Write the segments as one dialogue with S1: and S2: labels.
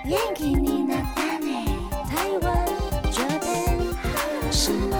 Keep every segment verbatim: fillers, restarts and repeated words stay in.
S1: 元気になったね台湾这边什么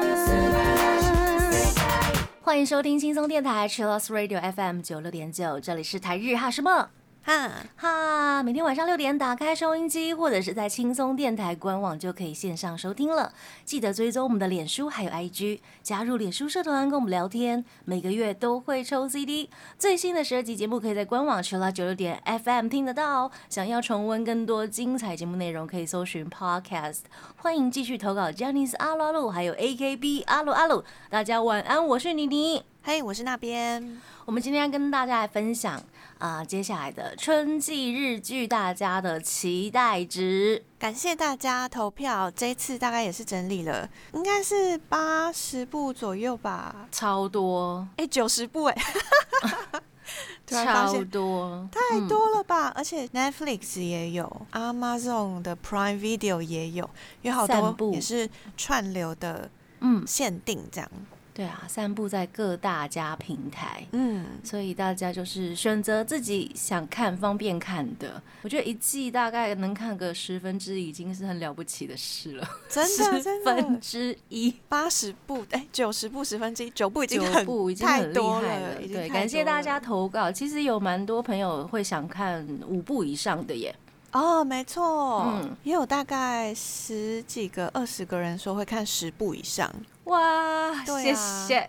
S1: 欢迎收听轻松电台 Chillus Radio F M 九六点九，这里是台日哈什么
S2: 哈
S1: 哈，每天晚上六点打开收音机，或者是在轻松电台官网就可以线上收听了。记得追踪我们的脸书还有 I G， 加入脸书社团跟我们聊天，每个月都会抽 C D。最新的十二集节目可以在官网 Chillus 九六点 F M 听得到。想要重温更多精彩节目内容，可以搜寻 Podcast。欢迎继续投稿 Janice 阿鲁阿鲁，还有 A K B 阿鲁阿鲁。大家晚安，我是妮妮。
S2: 嘿，我是那边。
S1: 我们今天要跟大家来分享啊、呃，接下来的春季日剧大家的期待值。
S2: 感谢大家投票，这一次大概也是整理了，应该是八十部左右吧，
S1: 超多，
S2: 哎，九十部哎，
S1: 超多，
S2: 太多了吧！嗯、而且 Netflix 也有 ，Amazon 的 Prime Video 也有，有好多也是串流的，嗯，限定这样。
S1: 对啊，散布在各大家平台，
S2: 嗯，
S1: 所以大家就是选择自己想看、方便看的。我觉得一季大概能看个十分之一，已经是很了不起的事了。
S2: 真的，真的，
S1: 十分之一，
S2: 八十部，哎，九十部，十分之一，九部已经
S1: 很九部已经很厉害了。
S2: 对，
S1: 感谢大家投稿。其实有蛮多朋友会想看五部以上的耶。
S2: 哦，没错，嗯，也有大概十几个、二十个人说会看十部以上。
S1: 哇，
S2: 啊、
S1: 谢谢。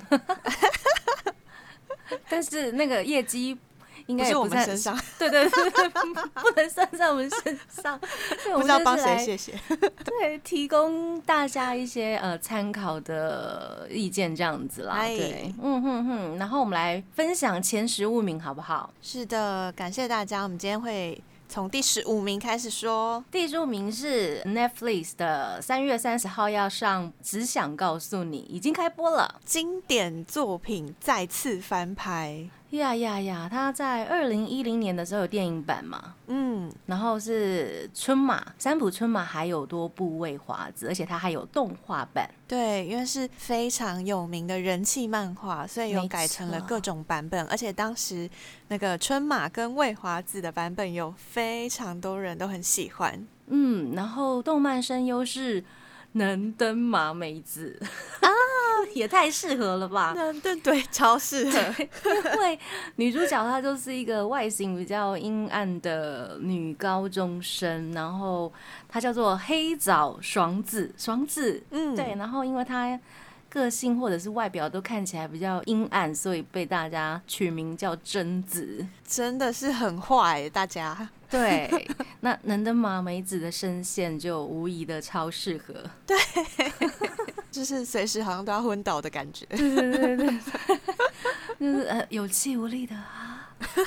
S1: 但是那个业绩应该也
S2: 不是我们身上，
S1: 对对对，不能算在我们身上。
S2: 不知道帮谁谢谢。
S1: 对，提供大家一些呃参考的意见，这样子啦。对，嗯哼哼。然后我们来分享前十五名，好不好？
S2: 是的，感谢大家。我们今天会从第十五名开始说。
S1: 第十五名是 Netflix 的三月三十号要上，只想告诉你已经开播了，
S2: 经典作品再次翻拍。
S1: 呀呀呀！他在二零一零年的时候有电影版嘛，嗯，然后是春马三浦春马还有多部未华子，而且他还有动画版。
S2: 对，因为是非常有名的人气漫画，所以有改成了各种版本，而且当时那个春马跟未华子的版本有非常多人都很喜欢。
S1: 嗯，然后动漫声优是能登麻美子啊，也太适合了吧？
S2: 能登对，超适合。
S1: 因为女主角她就是一个外形比较阴暗的女高中生，然后她叫做黑枣爽子，爽子，嗯，对，然后因为她个性或者是外表都看起来比较阴暗，所以被大家取名叫贞子，
S2: 真的是很坏，大家。
S1: 对，那能登麻美子的声线就无疑的超适合，
S2: 对，就是随时好像都要昏倒的感觉，
S1: 对对对对，就是呃有气无力的啊，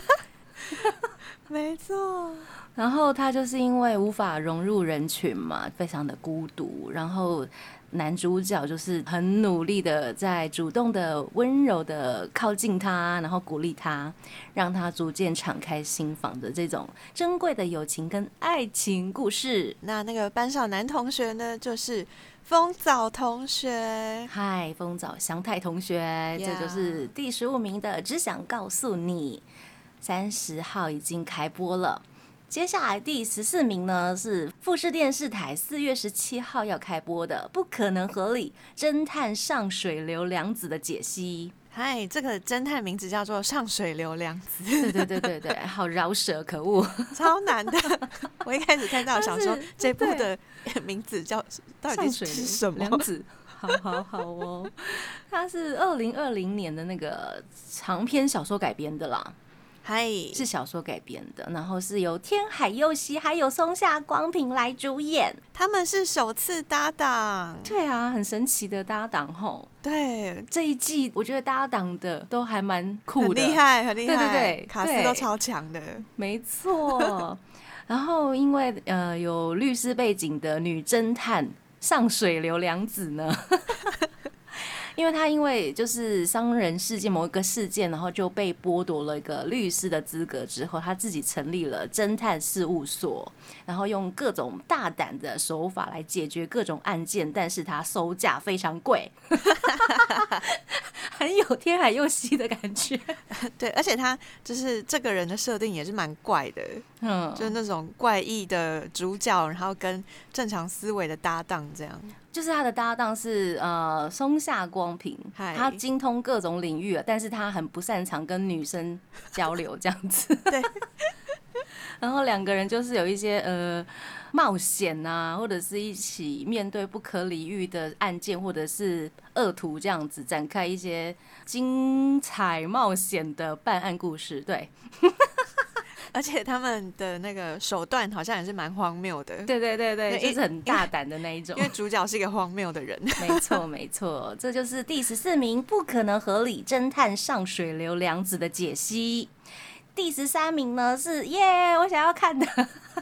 S2: 没错。
S1: 然后他就是因为无法融入人群嘛，非常的孤独，然后男主角就是很努力的在主动的温柔的靠近他，然后鼓励他，让他逐渐敞开心房的这种珍贵的友情跟爱情故事。
S2: 那那个班上男同学呢，就是风早同学。
S1: 嗨，风早祥太同学， yeah. 这就是第十五名的只想告诉你，三十号已经开播了。接下来第十四名呢是富士电视台四月十七号要开播的《不可能合理侦探上水流良子的解析》。
S2: 嗨，这个侦探名字叫做上水流良子。
S1: 对对对对对，好饶舌，可恶，
S2: 超难的。我一开始看到想说这部的名字叫到底是什么？
S1: 良子，好好好哦。它是二零二零年的那个长篇小说改编的啦。是小说改编的，然后是由天海佑希还有松下光平来主演，
S2: 他们是首次搭档。
S1: 对啊，很神奇的搭档吼。
S2: 对，
S1: 这一季我觉得搭档的都还蛮酷的，
S2: 很厉害，很厉害，
S1: 对对对，
S2: 卡司都超强的，
S1: 没错。然后因为呃有律师背景的女侦探上水流良子呢。 因为他因为就是商人事件某一个事件，然后就被剥夺了一个律师的资格之后，他自己成立了侦探事务所，然后用各种大胆的手法来解决各种案件，但是他收价非常贵，很有天海佑希的感觉。
S2: 对，而且他就是这个人的设定也是蛮怪的，嗯，就是那种怪异的主角，然后跟正常思维的搭档这样。
S1: 就是他的搭档是呃松下光平，他精通各种领域，但是他很不擅长跟女生交流这样子。
S2: 对。
S1: 然后两个人就是有一些呃冒险啊，或者是一起面对不可理喻的案件，或者是恶徒这样子展开一些精彩冒险的办案故事。对。
S2: 而且他们的那个手段好像也是蛮荒谬的。
S1: 对对对对，就是很大胆的那一种。
S2: 因为主角是一个荒谬的人。
S1: 没错没错，这就是第十四名不可能合理侦探上水流良子的解析。第十三名呢是耶，我想要看的。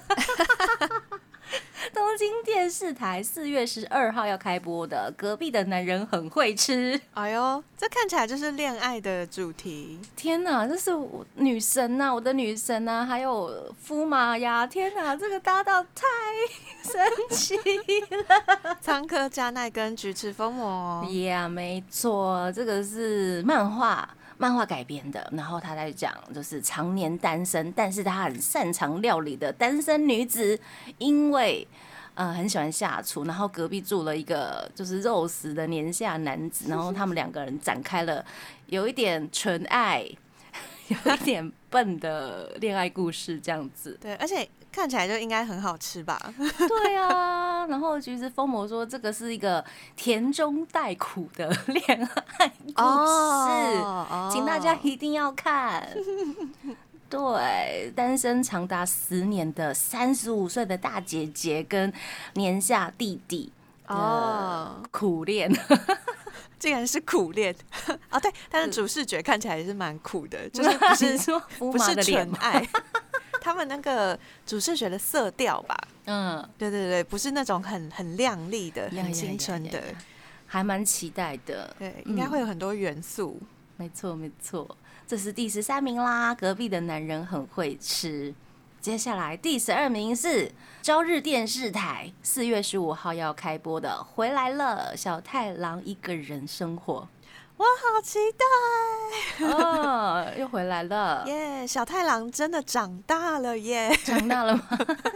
S1: 东京电视台四月十二号要开播的《隔壁的男人很会吃》。
S2: 哎呦，这看起来就是恋爱的主题。
S1: 天哪，这是我女神啊，我的女神啊，还有夫马呀！天哪，这个搭档太神奇了。
S2: 仓科加奈跟菊池风磨。
S1: Yeah， 没错，这个是漫画。漫画改编的，然后他在讲就是常年单身，但是他很擅长料理的单身女子，因为呃很喜欢下厨，然后隔壁住了一个就是肉食的年下男子，然后他们两个人展开了有一点纯爱，有一点笨的恋爱故事这样子。
S2: 对，而且看起来就应该很好吃吧？
S1: 对啊，然后其实风魔说这个是一个甜中带苦的恋爱故事，哦哦、请大家一定要看。对，单身长达十年的三十五岁的大姐姐跟年下弟弟的苦恋。哦
S2: 竟然是苦恋啊！对，但是主视觉看起来也是蛮苦的，就是不是
S1: 说
S2: 不是纯爱。他们那个主视觉的色调吧，嗯，对对对，不是那种很很亮丽的、很青春的，
S1: 还蛮期待的。
S2: 对，应该会有很多元素。
S1: 嗯、没错没错，这是第十三名啦。隔壁的男人很会吃。接下来第十二名是朝日电视台四月十五号要开播的《回来了》，小太郎一个人生活。
S2: 我好期待
S1: 哦，又回来了
S2: 耶！ yeah, 小太郎真的长大了耶！
S1: 长大了吗？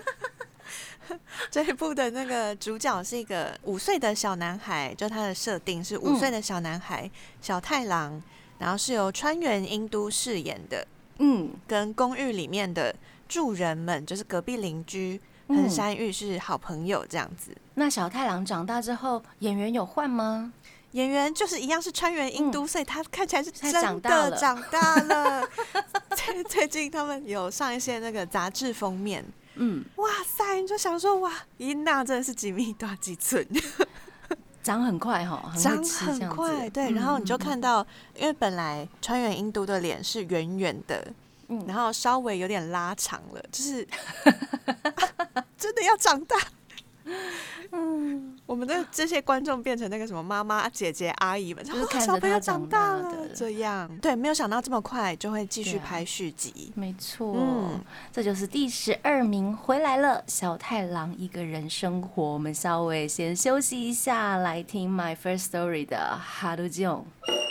S2: 这一部的那个主角是一个五岁的小男孩，就他的设定是五岁的小男孩、嗯、小太郎，然后是由川原英都饰演的。嗯，跟公寓里面的住人们，就是隔壁邻居横山裕是好朋友这样子。
S1: 那小太郎长大之后，演员有换吗？
S2: 演员就是一样是川原英都、嗯，所以他看起来是真的长大了。长大了最近他们有上一些那个杂志封面，嗯，哇塞，你就想说哇，伊娜真的是几米大几寸。
S1: 长很快哈，
S2: 长很快，对、嗯。然后你就看到，因为本来川原英都的脸是圆圆的、嗯，然后稍微有点拉长了，就是、啊、真的要长大。嗯，我们的这些观众变成那个什么妈妈、姐姐、阿姨们，
S1: 就是看着他长大了，
S2: 这样对，没有想到这么快就会继续拍续集，
S1: 没错，嗯，这就是第十二名回来了，小太郎一个人生活。我们稍微先休息一下，来听 My First Story 的 Harujon。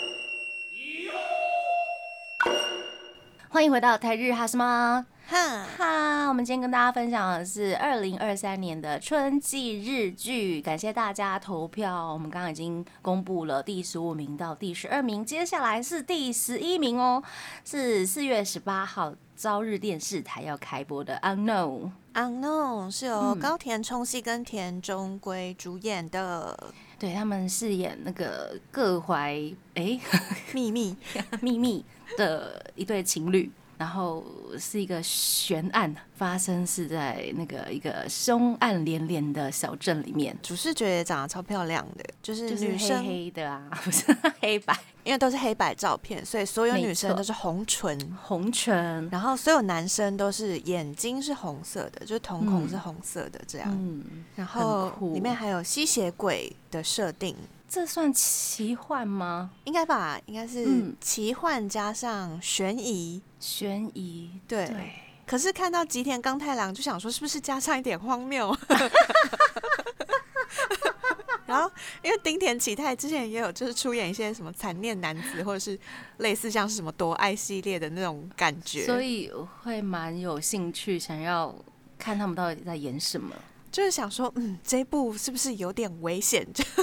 S1: 欢迎回到台日哈什么哈哈，我们今天跟大家分享的是二零二三年的春季日剧，感谢大家投票。我们刚刚已经公布了第十五名到第十二名，接下来是第十一名哦，是四月十八号朝日电视台要开播的 Unknown。
S2: Unknown 是由高田充希跟田中圭主演的、嗯，
S1: 对，他们饰演那个各怀哎
S2: 秘密
S1: 秘密的一对情侣。然后是一个悬案，发生是在那个一个凶案连连的小镇里面。
S2: 主视觉也长得超漂亮的，就是女生、
S1: 就是、黑黑的啊，不是黑白，
S2: 因为都是黑白照片，所以所有女生都是红唇，
S1: 红唇，
S2: 然后所有男生都是眼睛是红色的，就是瞳孔是红色的这样。嗯，然后里面还有吸血鬼的设定。
S1: 这算奇幻吗？
S2: 应该吧，应该是奇幻加上悬疑。
S1: 悬疑，
S2: 对。
S1: 对。
S2: 可是看到吉田刚太郎就想说，是不是加上一点荒谬？然后，因为丁田启太之前也有就是出演一些什么残念男子，或者是类似像是什么夺爱系列的那种感觉，
S1: 所以会蛮有兴趣，想要看他们到底在演什么。
S2: 就是想说，嗯，这一部是不是有点危险？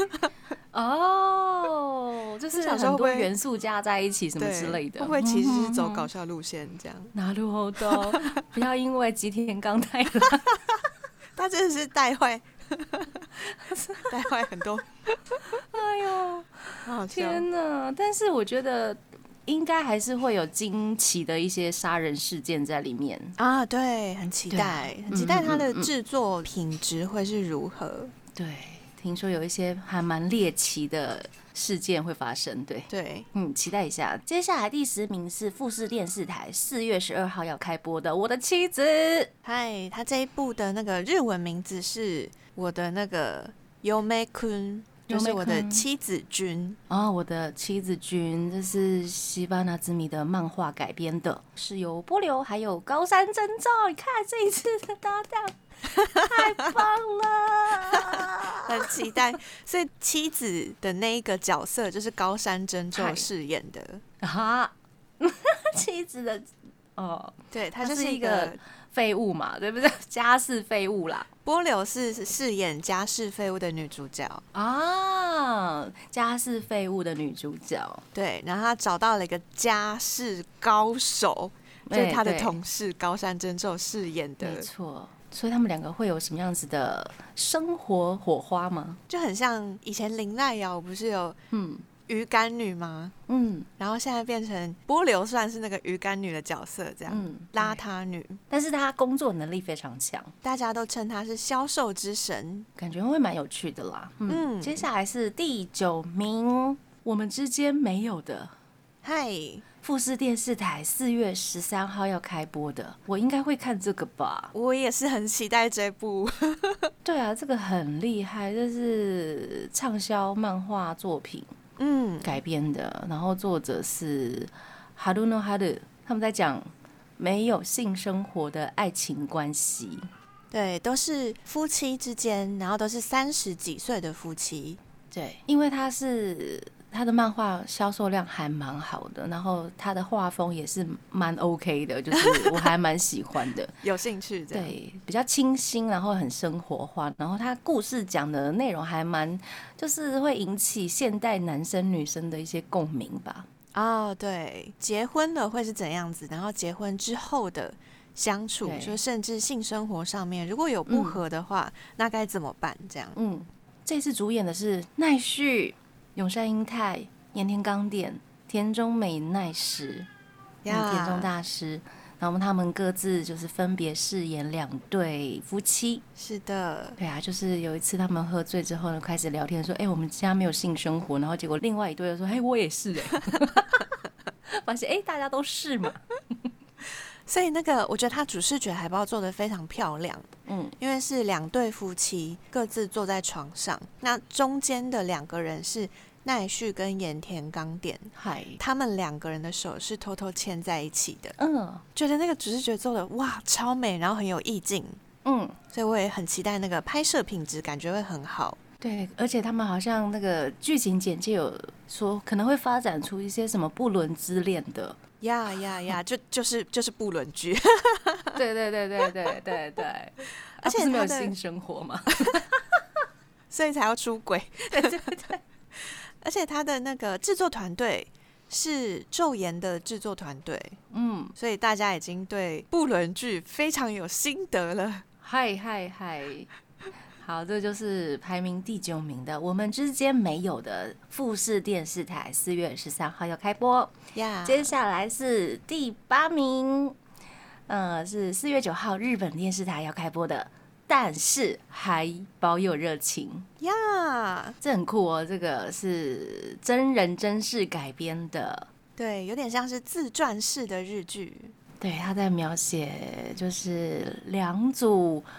S1: 哦，就是很多元素加在一起，什么之类的，
S2: 会不会其实是走搞笑路线这样？
S1: なるほど，不要因为吉田刚太郎，
S2: 他真的是带坏。带坏很多，
S1: 哎呦，
S2: 好好笑
S1: 天哪！但是我觉得应该还是会有惊奇的一些杀人事件在里面
S2: 啊，对，很期待，很期待它的制作品质会是如何。
S1: 对，听说有一些还蛮猎奇的事件会发生，对
S2: 对，
S1: 嗯，期待一下。接下来第十名是富士电视台四月十二号要开播的《我的妻子》。
S2: 嗨，他这一部的那个日文名字是我的那个优美君，就是我的妻子君
S1: 哦，我的妻子君，这是西巴纳之谜的漫画改编的，是由波流还有高山真照。你看这一次的搭档。太棒了，
S2: 很期待。所以妻子的那一个角色就是高山真宙饰演的
S1: 啊，妻子的哦，
S2: 对，她
S1: 就
S2: 是
S1: 一个废物嘛，对不对？家事废物啦。
S2: 波流是饰演家事废物的女主角
S1: 啊，家事废物的女主角。
S2: 对，然后她找到了一个家事高手，就是她的同事高山真宙饰演的，
S1: 没错。所以他们两个会有什么样子的生活火花吗？
S2: 就很像以前林濑遥不是有嗯鱼干女吗？嗯，然后现在变成波流算是那个鱼干女的角色，这样、嗯、邋遢女，
S1: 但是她工作能力非常强，
S2: 大家都称她是销售之神，
S1: 感觉会蛮有趣的啦。嗯，嗯接下来是第九名，我们之间没有的。
S2: 嗨。
S1: 富士电视台四月十三号要开播的，我应该会看这个吧？
S2: 我也是很期待这部。
S1: 对啊，这个很厉害，这是畅销漫画作品，嗯，改编的。然后作者是 Haruno Haru， 他们在讲没有性生活的爱情关系。
S2: 对，都是夫妻之间，然后都是三十几岁的夫妻。
S1: 对，因为他是。他的漫画销售量还蛮好的，然后他的画风也是蛮 OK 的，就是我还蛮喜欢的，
S2: 有兴趣这样。
S1: 对，比较清新，然后很生活化，然后他故事讲的内容还蛮，就是会引起现代男生女生的一些共鸣吧。
S2: 哦，对，结婚了会是怎样子，然后结婚之后的相处，就甚至性生活上面如果有不合的话，嗯、那该怎么办？这样。嗯，
S1: 这次主演的是奈绪。永山英太、盐田刚典、田中美奈实、yeah. 田中大师，然后他们各自就是分别饰演两对夫妻。
S2: 是的，
S1: 对啊，就是有一次他们喝醉之后呢，开始聊天说：“哎、欸，我们家没有性生活。”然后结果另外一对就说：“哎、欸，我也是。”哎，发现哎，大家都是嘛。
S2: 所以那个，我觉得他主视觉海报做得非常漂亮，嗯，因为是两对夫妻各自坐在床上，那中间的两个人是奈绪跟盐田刚典，嗨，他们两个人的手是偷偷牵在一起的，嗯，觉得那个主视觉做的哇超美，然后很有意境，嗯，所以我也很期待那个拍摄品质，感觉会很好。
S1: 对，而且他们好像那个剧情简介有说可能会发展出一些什么不伦之恋的。
S2: 呀呀呀！就就是就是不伦剧，
S1: 对对对对对对对，而且、啊、没有性生活嘛，
S2: 所以才要出轨。
S1: 对对对，
S2: 而且他的那个制作团队是昼颜的制作团队，嗯，所以大家已经对不伦剧非常有心得了。
S1: 嗨嗨嗨！好，这就是排名第九名的《我们之间没有的》富士电视台四月十三号要开播。Yeah. 接下来是第八名，呃，是四月九号日本电视台要开播的，但是还保有热情
S2: 呀， yeah.
S1: 这很酷哦。这个是真人真事改编的，
S2: 对，有点像是自传式的日剧。
S1: 对，他在描写就是两组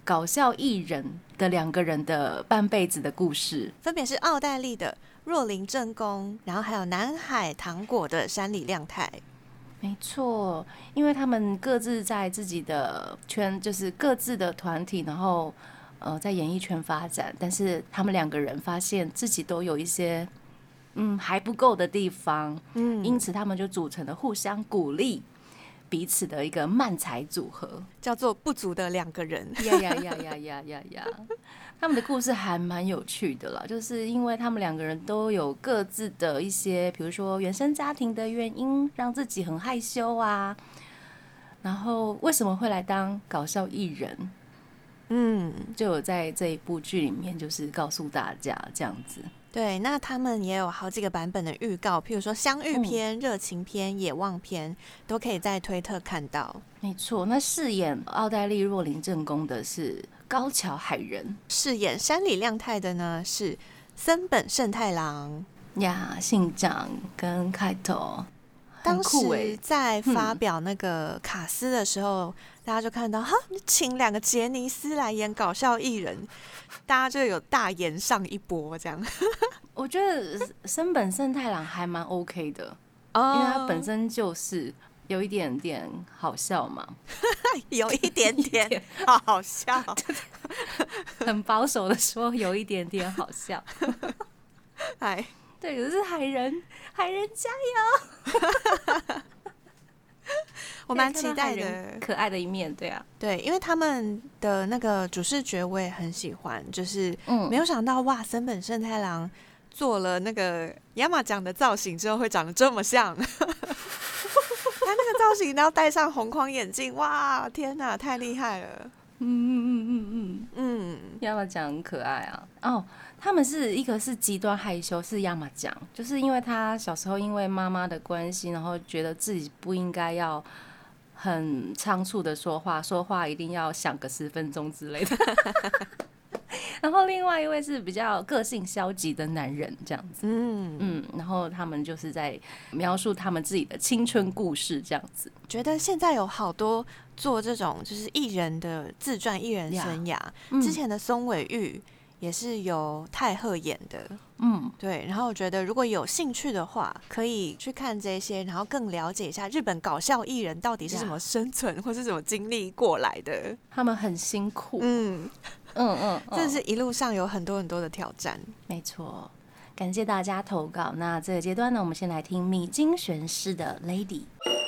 S1: 搞笑艺人的两个人的半辈子的故事，
S2: 分别是奥黛丽的若林正宫，然后还有南海糖果的山里亮太。
S1: 没错，因为他们各自在自己的圈，就是各自的团体，然后呃在演艺圈发展，但是他们两个人发现自己都有一些嗯还不够的地方，嗯，因此他们就组成了互相鼓励彼此的一个漫才组合，
S2: 叫做不足的两个人。
S1: 呀呀呀呀呀呀呀！他们的故事还蛮有趣的啦，就是因为他们两个人都有各自的一些，比如说原生家庭的原因，让自己很害羞啊。然后为什么会来当搞笑艺人？嗯，就有在这一部剧里面，就是告诉大家这样子。
S2: 对，那他们也有好几个版本的预告，譬如说相遇篇、热、嗯、情篇、野望篇，都可以在推特看到。
S1: 没错，那饰演奥黛丽若林正宫的是高桥海人，
S2: 饰演山里亮太的呢是森本胜太郎
S1: 呀，信长跟开头。
S2: 当时在发表那个卡司的时候，嗯、大家就看到哈，你请两个杰尼斯来演搞笑艺人，大家就有大言上一波这样。
S1: 我觉得森本胜太郎还蛮 OK 的，哦、因为他本身就是有一点点好笑嘛，
S2: 有一点点好好笑，
S1: 很保守的说有一点点好笑。
S2: 哎。
S1: 对，可是海人，海人加油！
S2: 我蛮期待的，
S1: 可爱的一面，对啊，
S2: 对，因为他们的那个主视觉我也很喜欢，就是没有想到、嗯、哇，森本胜太郎做了那个亚麻奖的造型之后会长得这么像，他那个造型然后戴上红框眼镜，哇，天哪，太厉害了！嗯嗯嗯嗯嗯
S1: 嗯，亚麻奖很可爱啊，哦。他们是一个是极端害羞，是亚麻酱，就是因为他小时候因为妈妈的关系，然后觉得自己不应该要很仓促的说话，说话一定要想个十分钟之类的。然后另外一位是比较个性消极的男人，这样子，嗯嗯，然后他们就是在描述他们自己的青春故事，这样子。
S2: 觉得现在有好多做这种就是艺人的自传、艺人生涯，嗯、之前的松尾玉。也是由太赫演的，嗯，对。然后我觉得如果有兴趣的话，可以去看这些，然后更了解一下日本搞笑艺人到底是怎么生存或是怎么经历过来的。
S1: 他们很辛苦，
S2: 嗯嗯嗯，真的是一路上有很多很多的挑战。
S1: 没错，感谢大家投稿。那这个阶段呢，我们先来听米津玄师的 Lady。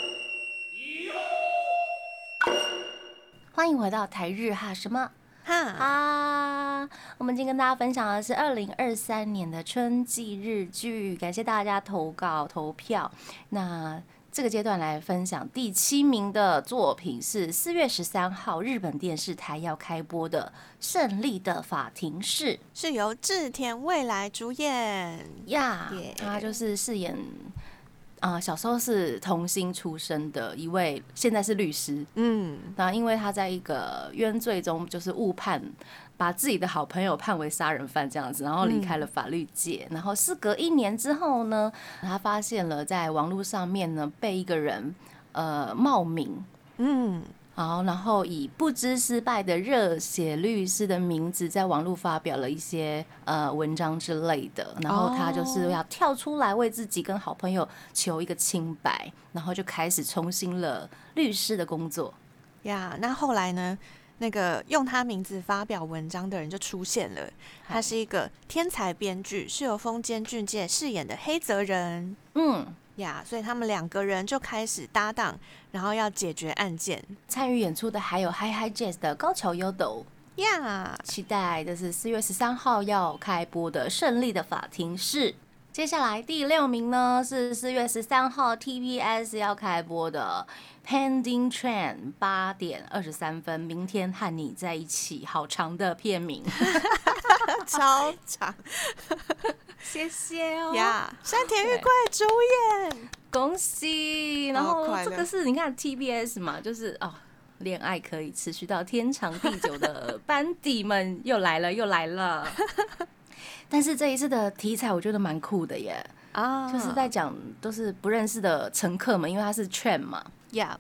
S1: 欢迎回到台日哈什么？啊，我们今天跟大家分享的是二零二三年的春季日剧，感谢大家投稿投票。那这个阶段来分享第七名的作品是四月十三号日本电视台要开播的《胜利的法庭式》，
S2: 是由志田未来主演
S1: 呀， yeah, 他就是饰演。啊、呃，小时候是童星出身的一位，现在是律师。嗯，那因为他在一个冤罪中就是误判，把自己的好朋友判为杀人犯这样子，然后离开了法律界。嗯、然后事隔一年之后呢，他发现了在网络上面呢被一个人呃冒名，嗯。好，然后以不知失败的热血律师的名字，在网络发表了一些呃文章之类的，然后他就是要跳出来为自己跟好朋友求一个清白，然后就开始重新了律师的工作
S2: 呀。Yeah, 那后来呢？那个用他名字发表文章的人就出现了，他是一个天才编剧，是由丰间俊介饰演的黑泽仁。嗯。呀， yeah, 所以他们两个人就开始搭档，然后要解决案件。
S1: 参与演出的还有 Hi Hi Jazz 的高桥优斗呀， yeah. 期待这是四月十三号要开播的《胜利的法庭式》。接下来第六名呢是四月十三号 T B S 要开播的 Pending Train 八点二十三分，明天和你在一起，好长的片名，
S2: 超长。
S1: 谢谢哦
S2: 呀，山田裕贵主演，
S1: 恭喜！然后这个是你看 T B S 嘛，就是哦，恋爱可以持续到天长地久的班底们又来了，又来了。但是这一次的题材我觉得蛮酷的耶，啊，就是在讲都是不认识的乘客们，因为他是 train 嘛，
S2: 呀、yeah.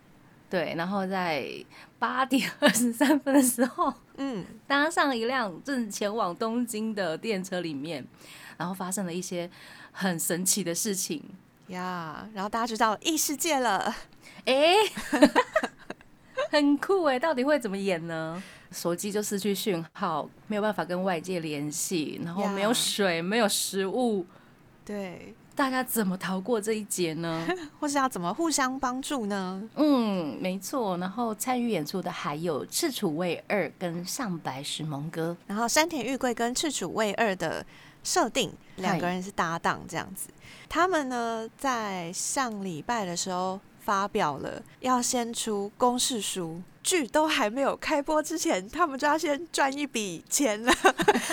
S1: 对，然后在八点二十三分的时候，
S2: 嗯，
S1: 搭上一辆正前往东京的电车里面，然后发生了一些很神奇的事情
S2: 呀， yeah, 然后大家就到异世界了，
S1: 哎，很酷哎，到底会怎么演呢？手机就失去讯号，没有办法跟外界联系，然后没有水， yeah. 没有食物，
S2: 对，
S1: 大家怎么逃过这一劫呢？
S2: 或是要怎么互相帮助呢？
S1: 嗯，没错。然后参与演出的还有赤楚卫二跟上白石萌歌，
S2: 然后山田裕贵跟赤楚卫二的设定，两个人是搭档这样子。他们呢，在上礼拜的时候发表了要先出公示书，剧都还没有开播之前，他们就要先赚一笔钱了。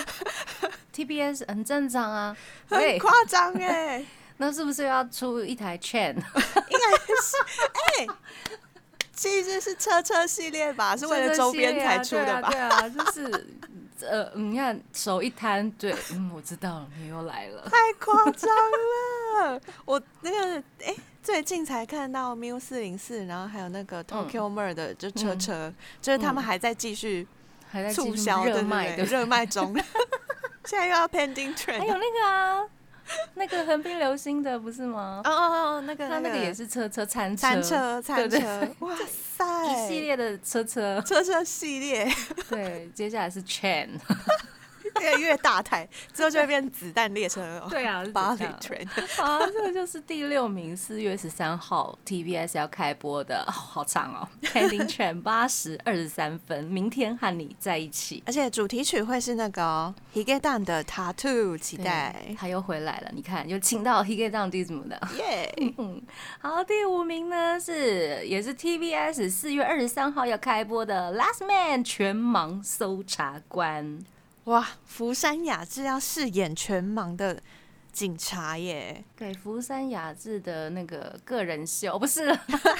S1: T B S 很正常啊，
S2: 很夸张哎。
S1: 那是不是要出一台 Chain？ 应该
S2: 是哎、欸，其实是车车系列吧，是为了周边才出的吧？
S1: 对啊，对啊，就是呃，你看手一摊，对，嗯，我知道了，你又来了，
S2: 太夸张了。我那个哎、欸，最近才看到 M U 四零四，然后还有那个 Tokyo Mer 的就车车，嗯、就是他们还在继续促销
S1: 热卖的
S2: 热卖中。现在又要 pending trend，
S1: 还有那个啊，那个横滨流星的不是吗？
S2: 哦哦哦，那个
S1: 他那个也是车车餐车
S2: 餐车餐车，哇塞，
S1: 一系列的车车
S2: 车车系列。
S1: 对，接下来是 Chain。
S2: 越越大台，之后就会变子弹列车了。
S1: 对啊，
S2: 巴黎 train。
S1: 好，这个就是第六名，四月十三号 T B S 要开播的，哦、好长哦。Pending Train 八时二十三分，明天和你在一起。
S2: 而且主题曲会是那个、哦、Higedan 的 Tattoo， 期待。
S1: 他又回来了，你看，又请到 Higedan Dism 的。
S2: 耶、
S1: yeah 好，第五名呢是也是 T B S 四月二十三号要开播的 Last Man 全盲搜查官。
S2: 哇，福山雅治要饰演全盲的警察耶！
S1: 对，福山雅治的那个个人秀不是，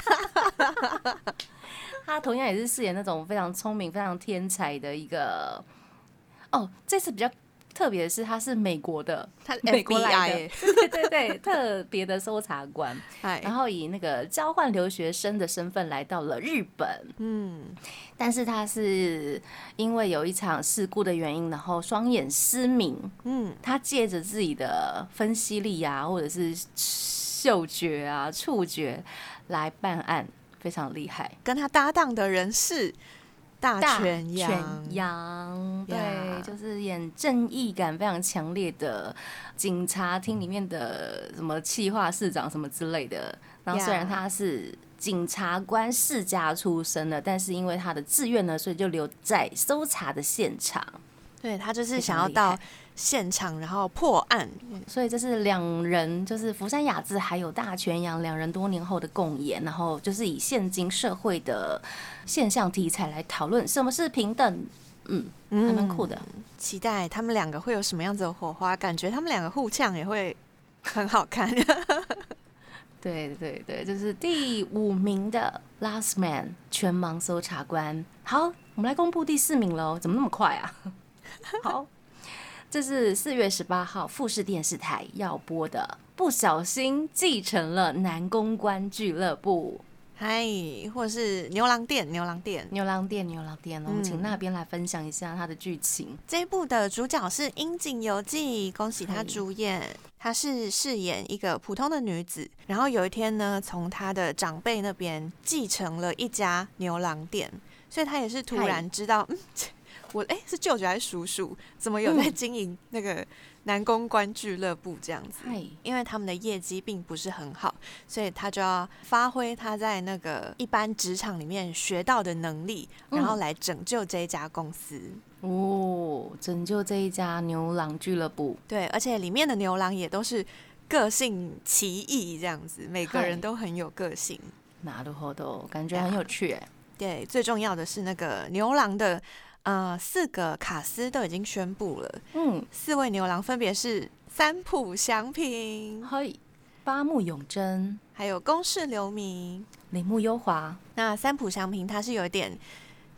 S1: 他同样也是饰演那种非常聪明、非常天才的一个。哦，这次比较特别的是，他是美国的，
S2: 他
S1: 美国来的，对对对，特别的搜查官，然后以那个交换留学生的身份来到了日本。嗯。但是他是因为有一场事故的原因，然后双眼失明。嗯，他借着自己的分析力啊，或者是嗅觉啊、触觉来办案，非常厉害。
S2: 跟他搭档的人是大泉洋，
S1: 洋对， yeah. 就是演正义感非常强烈的警察厅里面的什么企划市长什么之类的。然后虽然他是警察官世家出身的，但是因为他的志愿呢，所以就留在搜查的现场。
S2: 对，他就是想要到现场，然后破案。
S1: 所以这是两人，就是福山雅治还有大泉洋两人多年后的共演，然后就是以现今社会的现象题材来讨论什么是平等。嗯，还蛮酷的、
S2: 嗯。期待他们两个会有什么样子的火花，感觉他们两个互呛也会很好看。
S1: 对对对，这是第五名的 Last Man 全盲搜查官。好，我们来公布第四名喽，怎么那么快啊？好，这是四月十八号富士电视台要播的，不小心继承了男公关俱乐部。
S2: 嗨，或者是牛郎店，牛郎店，
S1: 牛郎店，牛郎店，我们请那边来分享一下它的剧情、嗯。
S2: 这一部的主角是樱井由纪，恭喜他主演。她是饰演一个普通的女子，然后有一天呢，从她的长辈那边继承了一家牛郎店，所以她也是突然知道，嗯，我哎、欸、是舅舅还是叔叔，怎么有在经营那个男公关俱乐部这样子？因为他们的业绩并不是很好，所以他就要发挥他在那个一般职场里面学到的能力，然后来拯救这一家公司。
S1: 哦，拯救这一家牛郎俱乐部。
S2: 对，而且里面的牛郎也都是个性奇异，这样子，每个人都很有个性。
S1: なるほど，感觉很有趣哎。
S2: 对，最重要的是那个牛郎的呃四个卡司都已经宣布了。嗯，四位牛郎分别是三浦翔平、
S1: 嘿、八木永真，
S2: 还有宫室留名、
S1: 铃木优华。
S2: 那三浦翔平他是有一点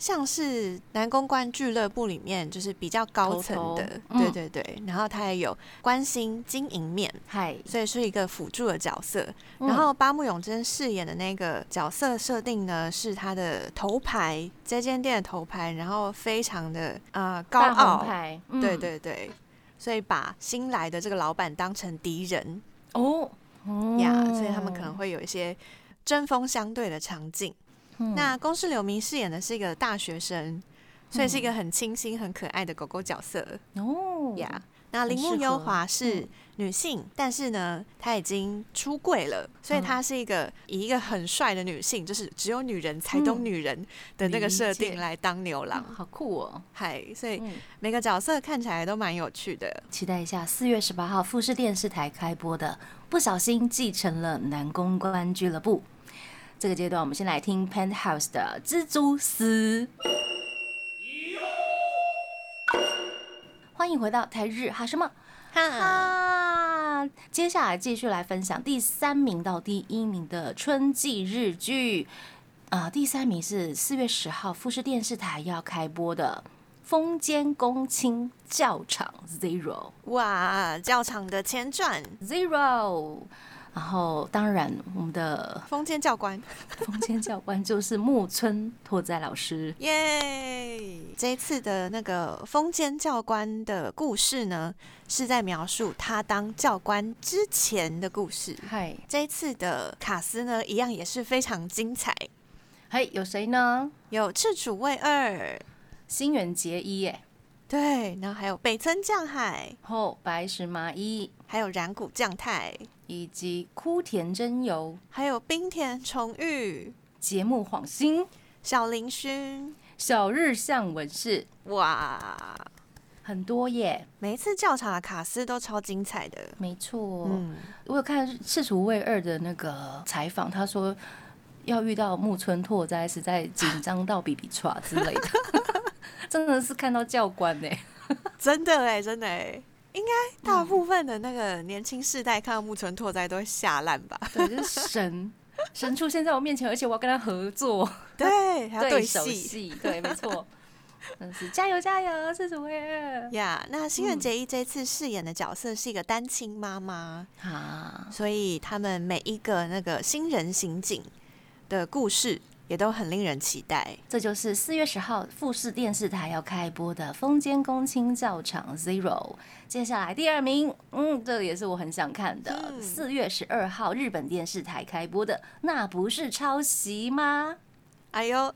S2: 像是男公关俱乐部里面就是比较高层的，头头嗯、对对对，然后他也有关心经营面，
S1: 嗨，
S2: 所以是一个辅助的角色。嗯、然后八木永真饰演的那个角色设定呢，是他的头牌，这间店的头牌，然后非常的呃高傲，
S1: 牌嗯、
S2: 对对对，所以把新来的这个老板当成敌人
S1: 哦
S2: 呀， yeah, 所以他们可能会有一些针锋相对的场景。嗯、那宫世流明饰演的是一个大学生，所以是一个很清新、很可爱的狗狗角色哦呀。Yeah, 那铃木优华是女性，嗯、但是呢，她已经出柜了，所以她是一个以一个很帅的女性，就是只有女人才懂女人的那个设定来当牛郎，
S1: 嗯、好酷哦！
S2: 嗨，所以每个角色看起来都蛮有趣的。
S1: 期待一下四月十八号富士电视台开播的《不小心继承了男公关俱乐部》。这个阶段，我们先来听 Penthouse 的《蜘蛛丝》。欢迎回到台日哈什么哈，接下来继续来分享第三名到第一名的春季日剧。呃，第三名是四月十号富士电视台要开播的《丰间公卿教场 Zero》。
S2: 哇，教场的前传
S1: Zero。然后，当然，我们的
S2: 丰间教官，
S1: 丰间教官就是木村拓哉老师，
S2: 耶！这一次的那个丰间教官的故事呢，是在描述他当教官之前的故事。
S1: 嗨，
S2: 这一次的卡司呢，一样也是非常精彩。
S1: 嘿，有谁呢？
S2: 有赤楚卫二、
S1: 新垣结衣耶。
S2: 对，然后还有北村匠海，
S1: 后白石麻衣，
S2: 还有染谷将太，
S1: 以及枯田真由，
S2: 还有冰田崇裕、
S1: 节目晃星、
S2: 小林薰、
S1: 小日向文世，
S2: 哇，
S1: 很多耶！
S2: 每一次教场的卡司都超精彩的，
S1: 没错。嗯，我有看赤楚卫二的那个采访，他说要遇到木村拓哉，实在紧张到比比唰之类的。真的是看到教官哎、欸，
S2: 真的哎、欸，真的哎、欸，应该大部分的那个年轻世代看到木村拓哉都会吓烂吧？
S1: 对，就是神神出现在我面前，而且我要跟他合作，
S2: 对，还要对
S1: 手戏，对，没错，真是加油加油，赤楚卫二
S2: 呀。那新垣结衣这次饰演的角色是一个单亲妈妈啊，所以他们每一个那个新人刑警的故事也都很令人期待。
S1: 这就是四月十号富士电视台要开播的《丰间公卿教场 Zero》。接下来第二名，嗯，这个也是我很想看的。四、嗯、月十二号日本电视台开播的《那不是抄袭吗》？
S2: 哎呦，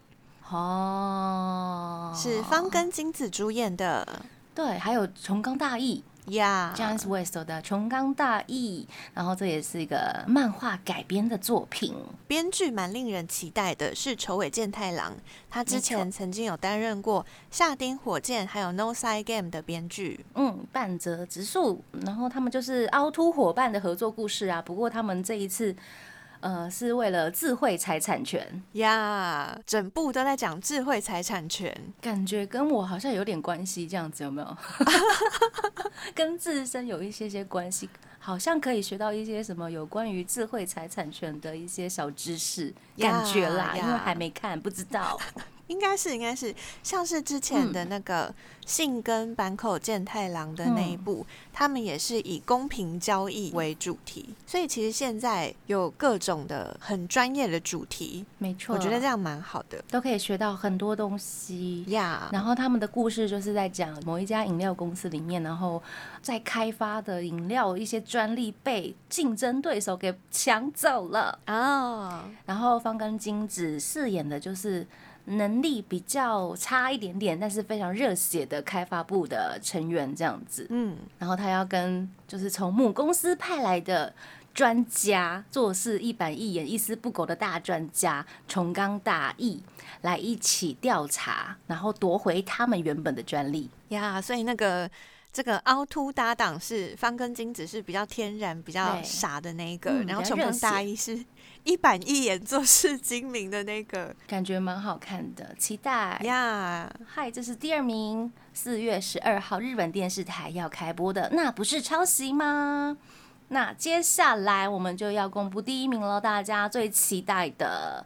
S1: 哦，
S2: 是芳根京子主演的。
S1: 对，还有重冈大毅。
S2: 呀、
S1: yeah, James West 的重冈大毅，然后这也是一个漫画改编的作品，
S2: 编剧蛮令人期待的，是丑尾健太郎，他之前曾经有担任过下町火箭还有 No Side Game 的编剧，
S1: 嗯，半泽直树，然后他们就是凹凸伙伴的合作故事啊，不过他们这一次呃，是为了智慧财产权
S2: 呀， yeah, 整部都在讲智慧财产权，
S1: 感觉跟我好像有点关系，这样子有没有？跟自身有一些些关系，好像可以学到一些什么有关于智慧财产权的一些小知识， yeah, 感觉啦， yeah. 因为还没看，不知道。
S2: 应该是应该是像是之前的那个信跟坂口健太郎的那一部、嗯、他们也是以公平交易为主题，所以其实现在有各种的很专业的主题，
S1: 没错，
S2: 我觉得这样蛮好的，
S1: 都可以学到很多东西
S2: 呀。Yeah.
S1: 然后他们的故事就是在讲某一家饮料公司里面，然后在开发的饮料一些专利被竞争对手给抢走了哦。Oh. 然后芳根京子饰演的就是能力比较差一点点，但是非常热血的开发部的成员这样子，嗯，然后他要跟就是从母公司派来的专家，做事一板一眼、一丝不苟的大专家重冈大毅来一起调查，然后夺回他们原本的专利
S2: 呀。Yeah, 所以那个这个凹凸搭档是芳根京子是比较天然、比较傻的那一个，嗯、然后重冈大毅是一板一眼、做事精明的那个，
S1: 感觉蛮好看的，期待
S2: 呀！
S1: 嗨， yeah. 这是第二名，四月十二号日本电视台要开播的，那不是抄袭吗？那接下来我们就要公布第一名了，大家最期待的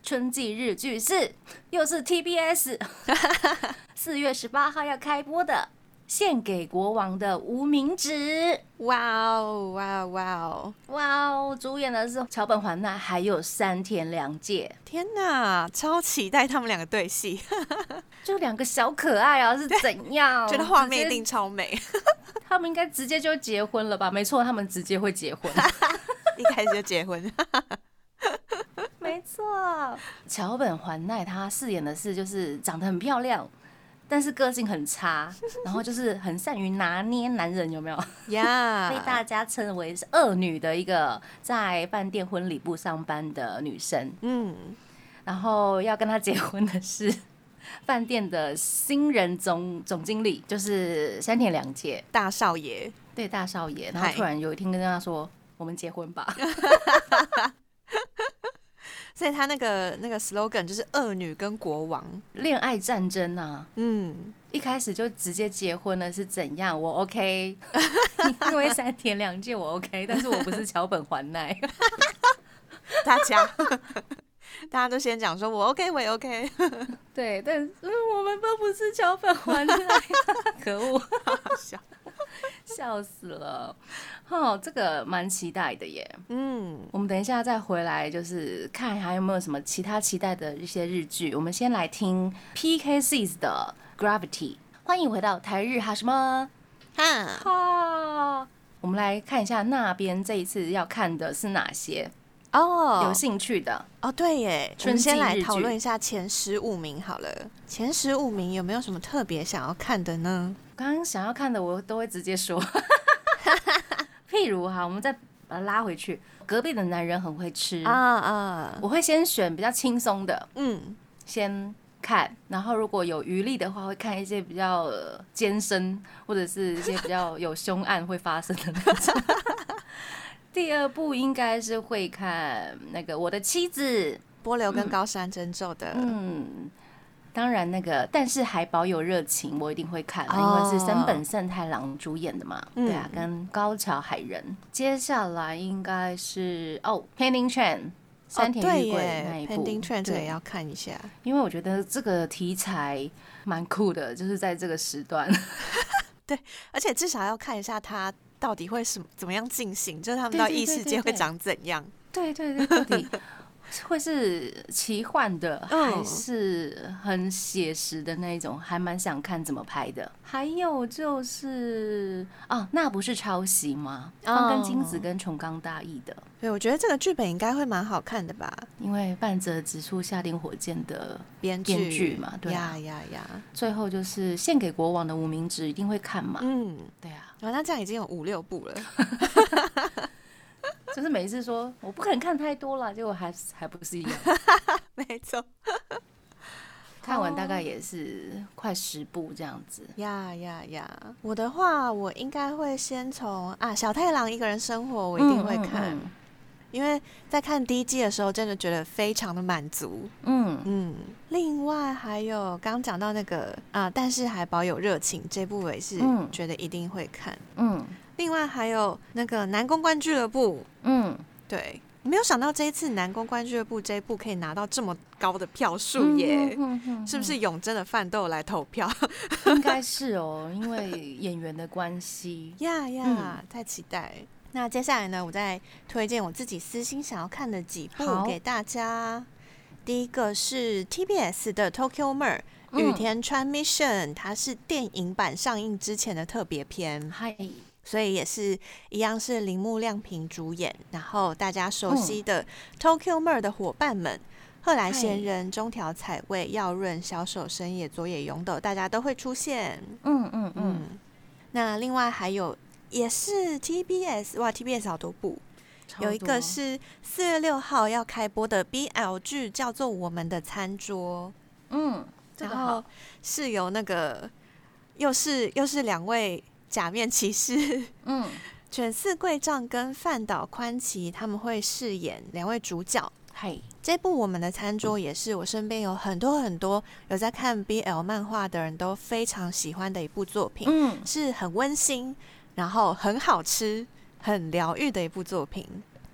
S1: 春季日剧是又是 T B S 四月十八号要开播的献给国王的无名指。
S2: 哇哦哇哦哇哦
S1: 哇哦！主演的是桥本环奈还有山田凉介。
S2: 天哪，超期待他们两个对戏，
S1: 就两个小可爱啊，是怎样？
S2: 觉得画面一定超美。
S1: 他们应该直接就结婚了吧？没错，他们直接会结婚，
S2: 一开始就结婚。
S1: 没错，桥本环奈她饰演的是就是长得很漂亮，但是个性很差，然后就是很善于拿捏男人，有没有？
S2: 呀、yeah.
S1: 被大家称为是恶女的一个在饭店婚礼部上班的女生。嗯，然后要跟她结婚的是饭店的新人总总经理，就是山田凉介
S2: 大少爷。
S1: 对，大少爷。然后突然有一天跟他说：“我们结婚吧。”
S2: 所以他那个那个 slogan 就是恶女跟国王
S1: 恋爱战争啊，嗯，一开始就直接结婚了是怎样？我 OK， 因为山田凉介我 OK， 但是我不是桥本环奈。
S2: 大家大家都先讲说我 OK 我也 OK，
S1: 对，但是我们都不是桥本环奈，可恶，
S2: 好好笑。
S1: 笑死了，哦，这个蛮期待的耶。嗯，我们等一下再回来，就是看还有没有什么其他期待的一些日剧。我们先来听 P K Six 的 Gravity。欢迎回到台日哈什么哈哈。我们来看一下那边这一次要看的是哪些哦，有兴趣的
S2: 哦。对耶，我们先来讨论一下前十五名好了。前十五名有没有什么特别想要看的呢？
S1: 刚刚想要看的我都会直接说，譬如哈，我们再把它拉回去，隔壁的男人很会吃啊啊，我会先选比较轻松的，嗯，先看，然后如果有余力的话，会看一些比较艰深或者是一些比较有凶案会发生的那种。第二部应该是会看那个我的妻子
S2: 波流跟高山真宙的，嗯。
S1: 当然，那个但是还保有热情，我一定会看，因为是森本胜太郎主演的嘛，嗯、对啊，跟高桥海人。接下来应该是哦 ，Pending Train 山田裕贵那一部
S2: ，Pending Train 这个也要看一下，
S1: 因为我觉得这个题材蛮酷的，就是在这个时段。
S2: 对，而且至少要看一下它到底会什么怎么样进行，就是他们到异世界会长怎样。
S1: 对对对，到底。会是奇幻的，还是很写实的那一种？还蛮想看怎么拍的。还有就是啊，那不是抄袭吗？方根金子跟重冈大义的。
S2: 对，我觉得这个剧本应该会蛮好看的吧？
S1: 因为半泽直树下定火箭的编剧嘛，对啊，
S2: 呀呀呀！
S1: 最后就是献给国王的无名指，一定会看嘛。嗯，对啊。
S2: 哦，那这样已经有五六部了。
S1: 就是每一次说我不可能看太多了，结果还还不是一样。
S2: 没错，
S1: 看完大概也是快十部这样子。
S2: 呀呀呀！我的话，我应该会先从啊小太郎一个人生活，我一定会看，嗯嗯嗯，因为在看第一季的时候，真的觉得非常的满足。嗯嗯。另外还有刚讲到那个啊，但是还保有热情这部，我也是觉得一定会看。嗯。另外还有那个南公关俱乐部，嗯，对，没有想到这一次南公关俱乐部这一部可以拿到这么高的票数耶，嗯嗯嗯嗯，是不是永贞的饭都有来投票？
S1: 应该是哦，因为演员的关系，
S2: 呀呀，太期待。那接下来呢，我再推荐我自己私心想要看的几部给大家。第一个是 T B S 的 Tokyo Mer 羽田川 Mission， 它是电影版上映之前的特别篇。嗨。所以也是一样是铃木亮平主演，然后大家熟悉的 Tokyo Mer 的伙伴们，贺来贤人、中条彩未、耀润、小手伸也、佐野勇斗，大家都会出现。嗯嗯嗯。那另外还有也是 T B S， 哇 ，T B S 好多部，有一个是四月六号要开播的 B L 剧，叫做《我们的餐桌》。嗯，然后是由那个又是又是两位。假面骑士，嗯，犬饲贵丈跟饭岛宽崎他们会饰演两位主角。嗨，这部《我们的餐桌》也是我身边有很多很多有在看 B L 漫画的人都非常喜欢的一部作品，嗯，是很温馨，然后很好吃、很疗愈的一部作品。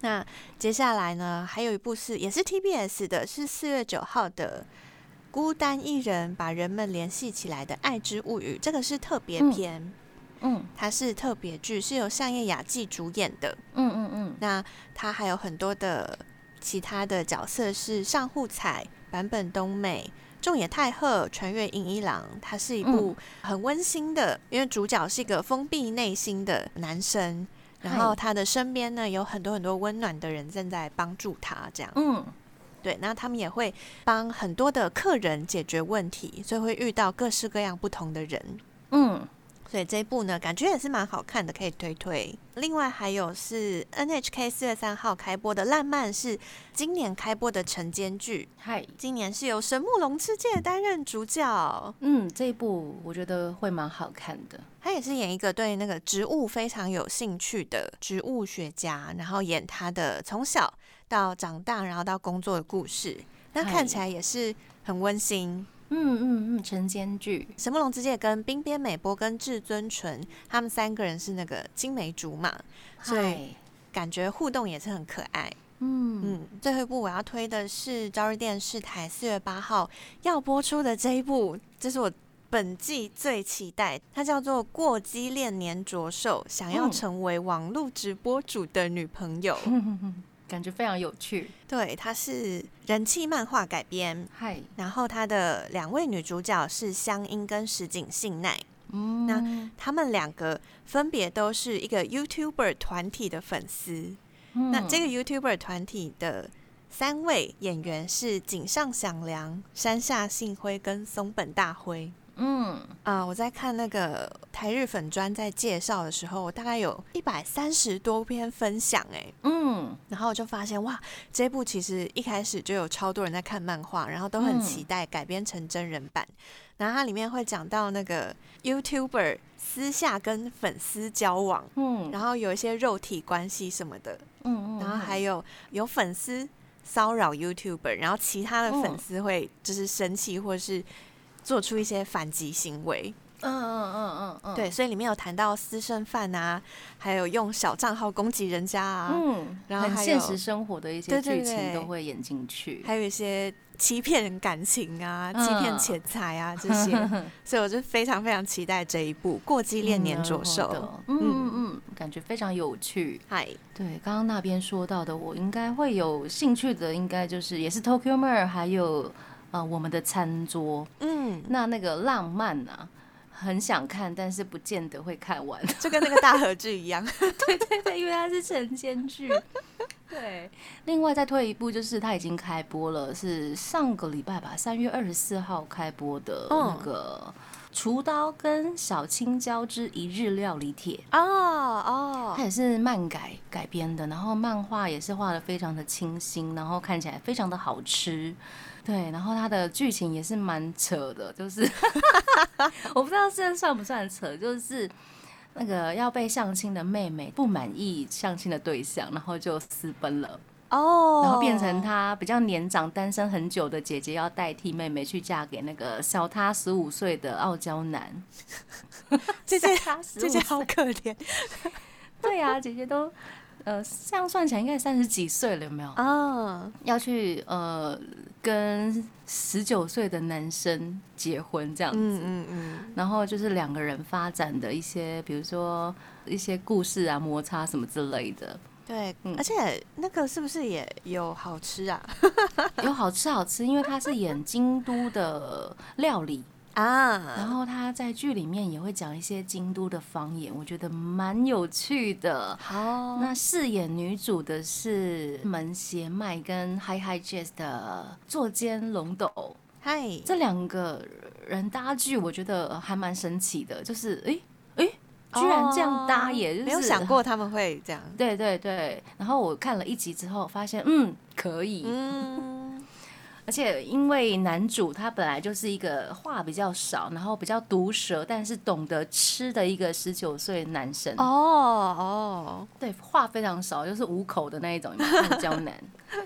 S2: 那接下来呢，还有一部是也是 T B S 的，是四月九号的《孤单一人把人们联系起来的爱之物语》，这个是特别篇。嗯
S1: 嗯，
S2: 它是特别剧，是由相叶雅纪主演的。
S1: 嗯嗯嗯，
S2: 那它还有很多的其他的角色是上户彩、坂本冬美、仲野太贺、传月英一郎。它是一部很温馨的，因为主角是一个封闭内心的男生，然后他的身边呢有很多很多温暖的人正在帮助他，这样。
S1: 嗯，
S2: 对，那他们也会帮很多的客人解决问题，所以会遇到各式各样不同的人。嗯。所以这一部呢，感觉也是蛮好看的，可以推推。另外还有是 N H K 四月三号开播的《烂漫》，是今年开播的晨间剧。
S1: 嗨，
S2: 今年是由神木隆之介担任主角。
S1: 嗯，这一部我觉得会蛮好看的。
S2: 他也是演一个对那个植物非常有兴趣的植物学家，然后演他的从小到长大，然后到工作的故事。那看起来也是很温馨。
S1: 嗯嗯嗯，晨间剧，
S2: 神木隆之介跟滨边美波跟至尊纯他们三个人是那个青梅竹马，所以感觉互动也是很可爱。嗯嗯，最后一部我要推的是朝日电视台四月八号要播出的这一部，这是我本季最期待，它叫做《过激恋年着手，想要成为网络直播主的女朋友》。
S1: 嗯感觉非常有趣。
S2: 对，它是人气漫画改编。嗨，然后它的两位女主角是香音跟石井杏奈。嗯，那他们两个分别都是一个 YouTuber 团体的粉丝。嗯，那这个 YouTuber 团体的三位演员是井上响良、山下幸辉跟松本大辉。嗯啊、呃，我在看那个台日粉专在介绍的时候，我大概有一百三十多篇分享哎，嗯，然后我就发现哇，这部其实一开始就有超多人在看漫画，然后都很期待改编成真人版。嗯、然后它里面会讲到那个 YouTuber 私下跟粉丝交往，嗯，然后有一些肉体关系什么的，嗯嗯，然后还有有粉丝骚扰 YouTuber， 然后其他的粉丝会就是生气或是做出一些反击行为。嗯嗯嗯嗯嗯，对，所以里面有谈到私生饭啊，还有用小账号攻击人家啊，嗯，然后还有
S1: 很现实生活的一些剧情都会演进去，
S2: 还有一些欺骗感情啊、欺骗钱财啊这些，所以我就非常非常期待这一部《过激恋年着手》。
S1: 嗯嗯嗯，感觉非常有趣。嗨，对，刚刚那边说到的，我应该会有兴趣的，应该就是也是 Tokyo Mer， 还有呃我们的餐桌。嗯，那那个浪漫啊。很想看，但是不见得会看完，
S2: 就跟那个大河剧一样。
S1: 对对对，因为它是晨间剧。对，另外再推一部，就是它已经开播了，是上个礼拜吧，三月二十四号开播的那个《厨刀跟小青椒之一日料理帖》哦哦，它也是漫改改编的，然后漫画也是画得非常的清新，然后看起来非常的好吃。对，然后它的剧情也是蛮扯的，就是我不知道这算不算扯，就是那个要被相亲的妹妹不满意相亲的对象，然后就私奔了哦，然后变成她比较年长、单身很久的姐姐要代替妹妹去嫁给那个小她十五岁的傲娇男。
S2: 姐姐，姐姐好可怜。
S1: 对啊，姐姐都。呃，这样算起来应该三十几岁了，有没有？啊，要去呃跟十九岁的男生结婚这样子，嗯嗯嗯，然后就是两个人发展的一些，比如说一些故事啊、摩擦什么之类的。
S2: 对，嗯、而且那个是不是也有好吃啊？
S1: 有好吃好吃，因为他是演京都的料理。啊，然后他在剧里面也会讲一些京都的方言，我觉得蛮有趣的。好，那饰演女主的是门胁麦跟 Hi Hi Jazz 的作间龙斗。嗨，这两个人搭剧，我觉得还蛮神奇的，就是哎哎，居然这样搭耶，就是
S2: 没有想过他们会这样。
S1: 对对对，然后我看了一集之后，发现嗯可以。嗯。而且因为男主他本来就是一个话比较少，然后比较毒舌，但是懂得吃的一个十九岁男生。哦哦，对，话非常少，就是五口的那一种傲娇男。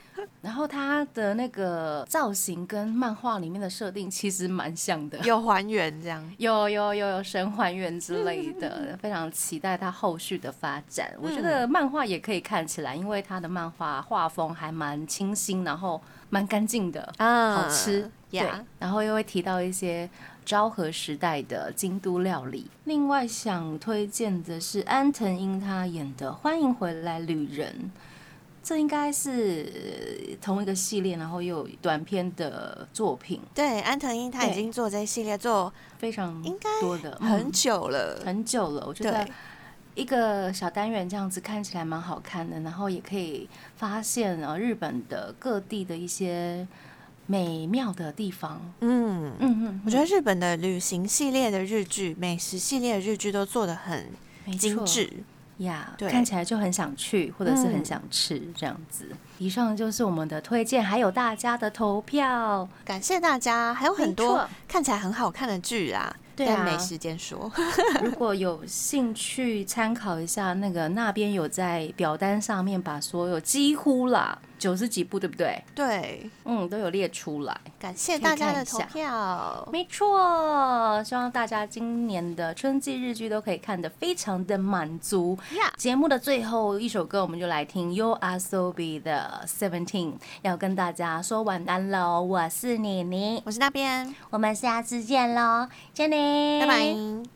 S1: 然后它的那个造型跟漫画里面的设定其实蛮像的，
S2: 有还原这样，
S1: 有有有有神还原之类的，非常期待它后续的发展。我觉得漫画也可以看起来，因为它的漫画画风还蛮清新，然后蛮干净的，
S2: 啊
S1: 好吃。对，
S2: yeah
S1: 然后又会提到一些昭和时代的京都料理。另外想推荐的是安藤樱她演的《欢迎回来旅人》，这应该是同一个系列，然后又有短片的作品。
S2: 对，安藤樱她已经做这一系列做
S1: 非常
S2: 应该
S1: 多的，
S2: 很久了、
S1: 嗯，很久了。我觉得
S2: 对
S1: 一个小单元这样子看起来蛮好看的，然后也可以发现呃日本的各地的一些美妙的地方。
S2: 嗯
S1: 嗯嗯嗯，
S2: 我觉得日本的旅行系列的日剧、美食系列的日剧都做得很精致
S1: 呀，
S2: 对
S1: 看起来就很想去，或者是很想吃这样子。嗯、以上就是我们的推荐，还有大家的投票，
S2: 感谢大家。还有很多看起来很好看的剧啊，
S1: 对啊，
S2: 但没时间说。
S1: 如果有兴趣参考一下，那个那边有在表单上面把所有几乎啦九十几部，对不对？
S2: 对，
S1: 嗯，都有列出来。
S2: 感谢大家的投票，
S1: 没错，希望大家今年的春季日剧都可以看得非常的满足。
S2: Yeah.
S1: 节目的最后一首歌，我们就来听 YOASOBI 的 Seventeen， 要跟大家说晚安喽。我是妮妮，
S2: 我是那边，
S1: 我们下次见喽，见你，
S2: 拜拜。